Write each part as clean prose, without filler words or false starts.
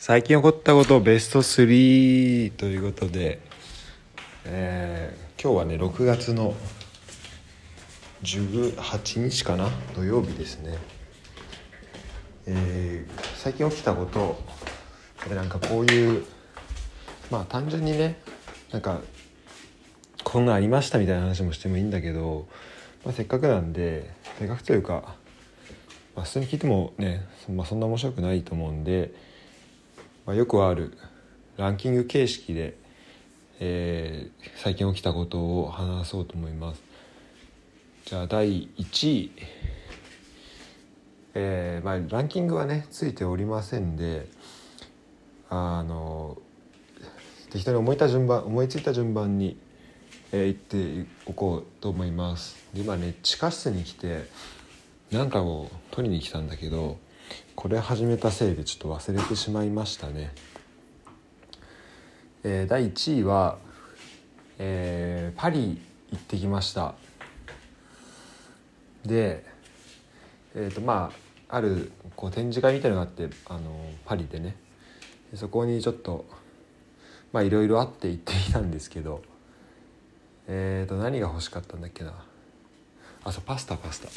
最近起こったことベスト3ということで、今日はね6月の18日かな、土曜日ですね。最近起きたことで、なんかこういう単純にね、なんかこんなんありましたみたいな話もしてもいいんだけど、せっかくなんで、せっかくというか、普通に聞いてもね、そんな面白くないと思うんで、よくあるランキング形式で、最近起きたことを話そうと思います。じゃあ第1位、ランキングはねついておりませんで、適当に思いついた順番に、言っておこうと思います。で今ね、地下室に来て何かを取りに来たんだけど、これ始めたせいでちょっと忘れてしまいましたね。第1位は、パリ行ってきました。で、ある展示会みたいなのがあって、パリでね、そこにちょっといろいろあって行ってきたんですけど、何が欲しかったんだっけな。パスタ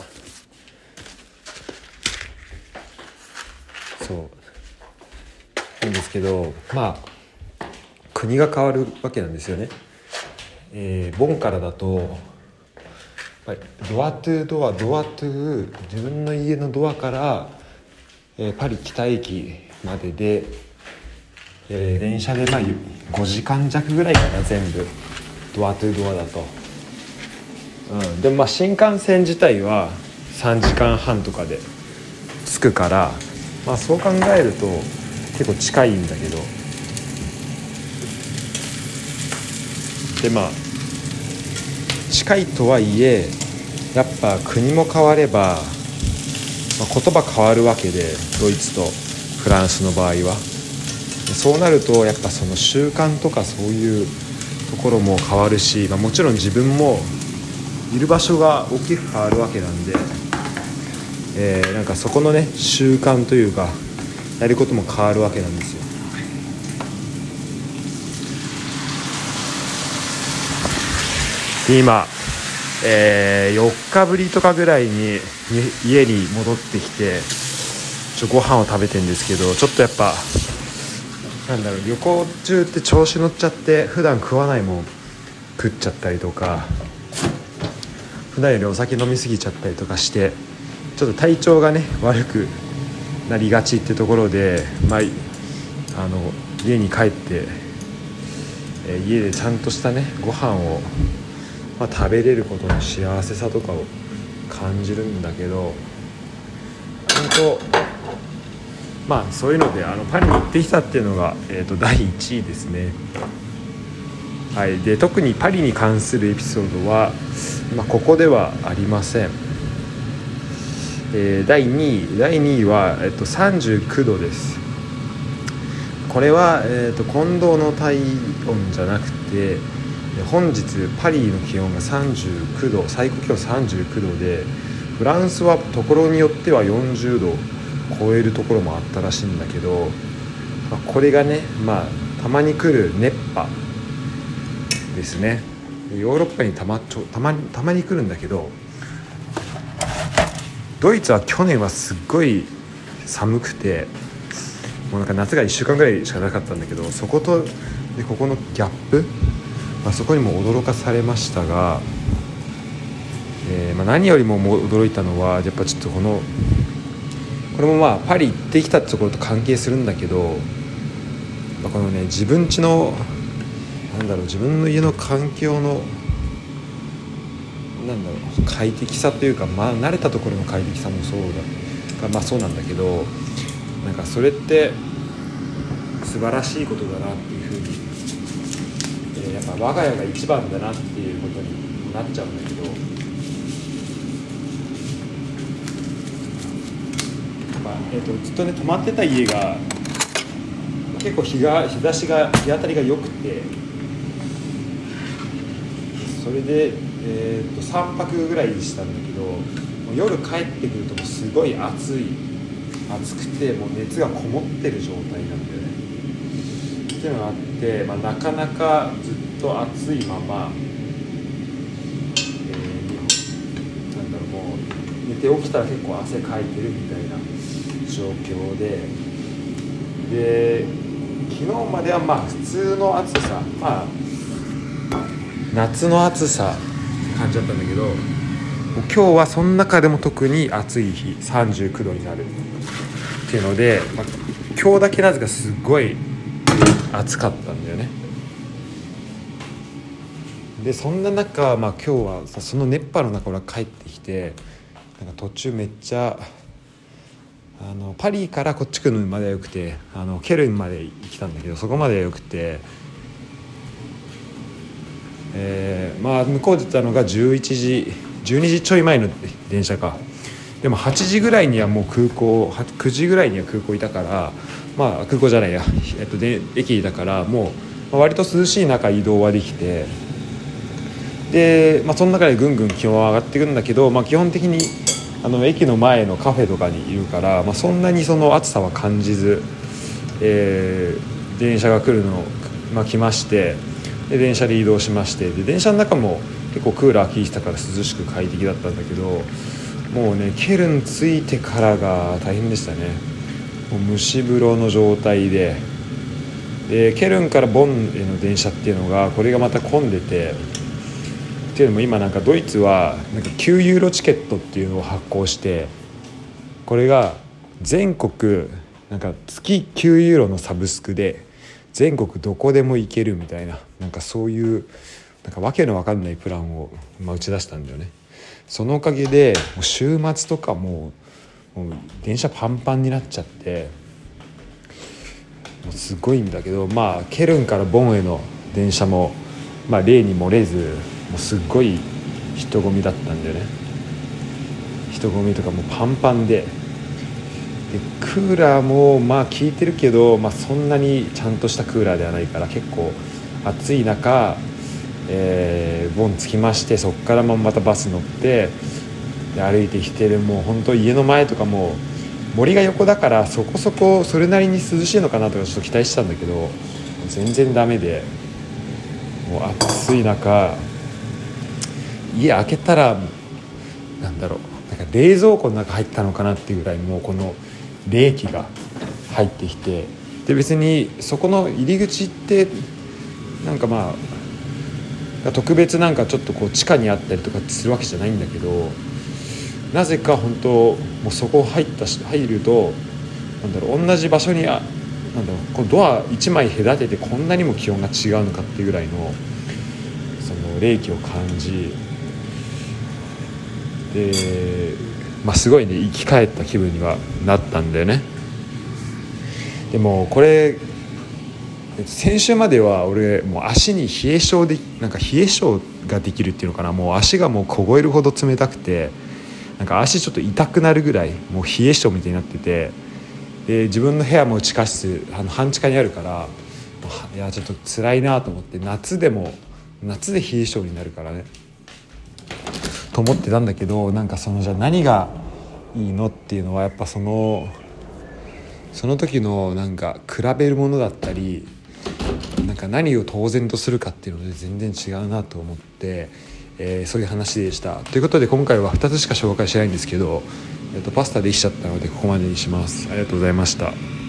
そうなんですけど、国が変わるわけなんですよね。ボンからだとドアトゥ自分の家のドアから、パリ北駅までで、電車で5時間弱ぐらいかな、全部ドアトゥドアだと。でも新幹線自体は3時間半とかで着くから、そう考えると結構近いんだけど、で近いとはいえ、やっぱ国も変われば、言葉変わるわけで、ドイツとフランスの場合は。そうなるとやっぱその習慣とかそういうところも変わるし、もちろん自分もいる場所が大きく変わるわけなんで、なんかそこのね習慣というかやることも変わるわけなんですよ。で今、4日ぶりとかぐらいに家に戻ってきてご飯を食べてるんですけど、ちょっとやっぱ旅行中って調子乗っちゃって、普段食わないもん食っちゃったりとか、普段よりお酒飲みすぎちゃったりとかして、ちょっと体調がね悪くなりがちってところで、家に帰って、家でちゃんとしたねご飯を、食べれることの幸せさとかを感じるんだけど、本当そういうのでパリに行ってきたっていうのが、第1位ですね。はい。で特にパリに関するエピソードは、ここではありません。第2位は、39度です。これは、近藤の体温じゃなくて、本日パリの気温が39度、最高気温39度で、フランスはところによっては40度超えるところもあったらしいんだけど、これがね、たまに来る熱波ですね。ヨーロッパにたまに来るんだけど、ドイツは去年はすっごい寒くて、もうなんか夏が1週間ぐらいしかなかったんだけど、そことでここのギャップ、そこにも驚かされましたが、何よりも驚いたのはやっぱちょっとこれもパリ行ってきたってところと関係するんだけど、このね自分の家の環境の快適さというか、慣れたところの快適さもそうなんだけど、なんかそれって素晴らしいことだなっていうふうに、やっぱ我が家が一番だなっていうことになっちゃうんだけど、ずっとね泊まってた家が結構日当たりが良くて、それで、3泊ぐらいしたんだけど、夜帰ってくるとすごい暑暑くてもう熱がこもってる状態なんだよねっていうのがあって、なかなかずっと暑いまま、なんだろう、もう寝て起きたら結構汗かいてるみたいな状況で、昨日までは普通の暑さ、夏の暑さ感じだったんだけど、今日はその中でも特に暑い日39度になるっていうので、今日だけなぜかすごい暑かったんだよね。でそんな中、今日はその熱波の中俺は帰ってきて、なんか途中めっちゃパリからこっち来るのまではよくて、ケルンまで来たんだけど、そこまではよくて、向こう出たのが12時ちょい前の電車か。でも8時ぐらいにはもう9時ぐらいには空港いたから、空港じゃないや、で駅だからもう、割と涼しい中移動はできて、で、その中でぐんぐん気温は上がってくるんだけど、基本的に駅の前のカフェとかにいるから、そんなにその暑さは感じず、電車が来るの、来まして、で電車で移動しまして、で電車の中も結構クーラー効いてたから涼しく快適だったんだけど、もうねケルン着いてからが大変でしたね。もう蒸し風呂の状態で、ケルンからボンへの電車っていうのがこれがまた混んでて、っていうのも今なんかドイツはなんか9ユーロチケットっていうのを発行して、これが全国なんか月9ユーロのサブスクで全国どこでも行けるみたいな、なんかそういうなんかわけのわかんないプランを打ち出したんだよね。そのおかげでもう週末とかもう電車パンパンになっちゃって、もうすごいんだけど、ケルンからボンへの電車も例に漏れずもうすっごい人混みだったんだよね。人混みとかもうパンパンで、クーラーも効いてるけど、そんなにちゃんとしたクーラーではないから結構暑い中、ボン着きまして、そこからまたバス乗ってで歩いてきてる。もう本当家の前とかも森が横だからそこそこそれなりに涼しいのかなとかちょっと期待してたんだけど、全然ダメで、もう暑い中家開けたらなんか冷蔵庫の中入ったのかなっていうぐらい、もうこの冷気が入ってきて、で別にそこの入り口ってなんか特別なんかちょっとこう地下にあったりとかするわけじゃないんだけど、なぜか本当もうそこ入ると同じ場所にこのドア1枚隔ててこんなにも気温が違うのかっていうぐらいのその冷気を感じで、すごいね生き返った気分にはなったんだよね。でもこれ先週までは俺もう足に冷え性ができるっていうのかな、もう足がもう凍えるほど冷たくて、なんか足ちょっと痛くなるぐらいもう冷え性みたいになってて、で自分の部屋も地下室半地下にあるから、いやちょっと辛いなと思って、夏で冷え性になるからねと思ってたんだけど、なんかじゃあ何がいいのっていうのはやっぱその時のなんか比べるものだったり、なんか何を当然とするかっていうので全然違うなと思って、そういう話でした。ということで今回は2つしか紹介してないんですけど、パスタできちゃったのでここまでにします。ありがとうございました。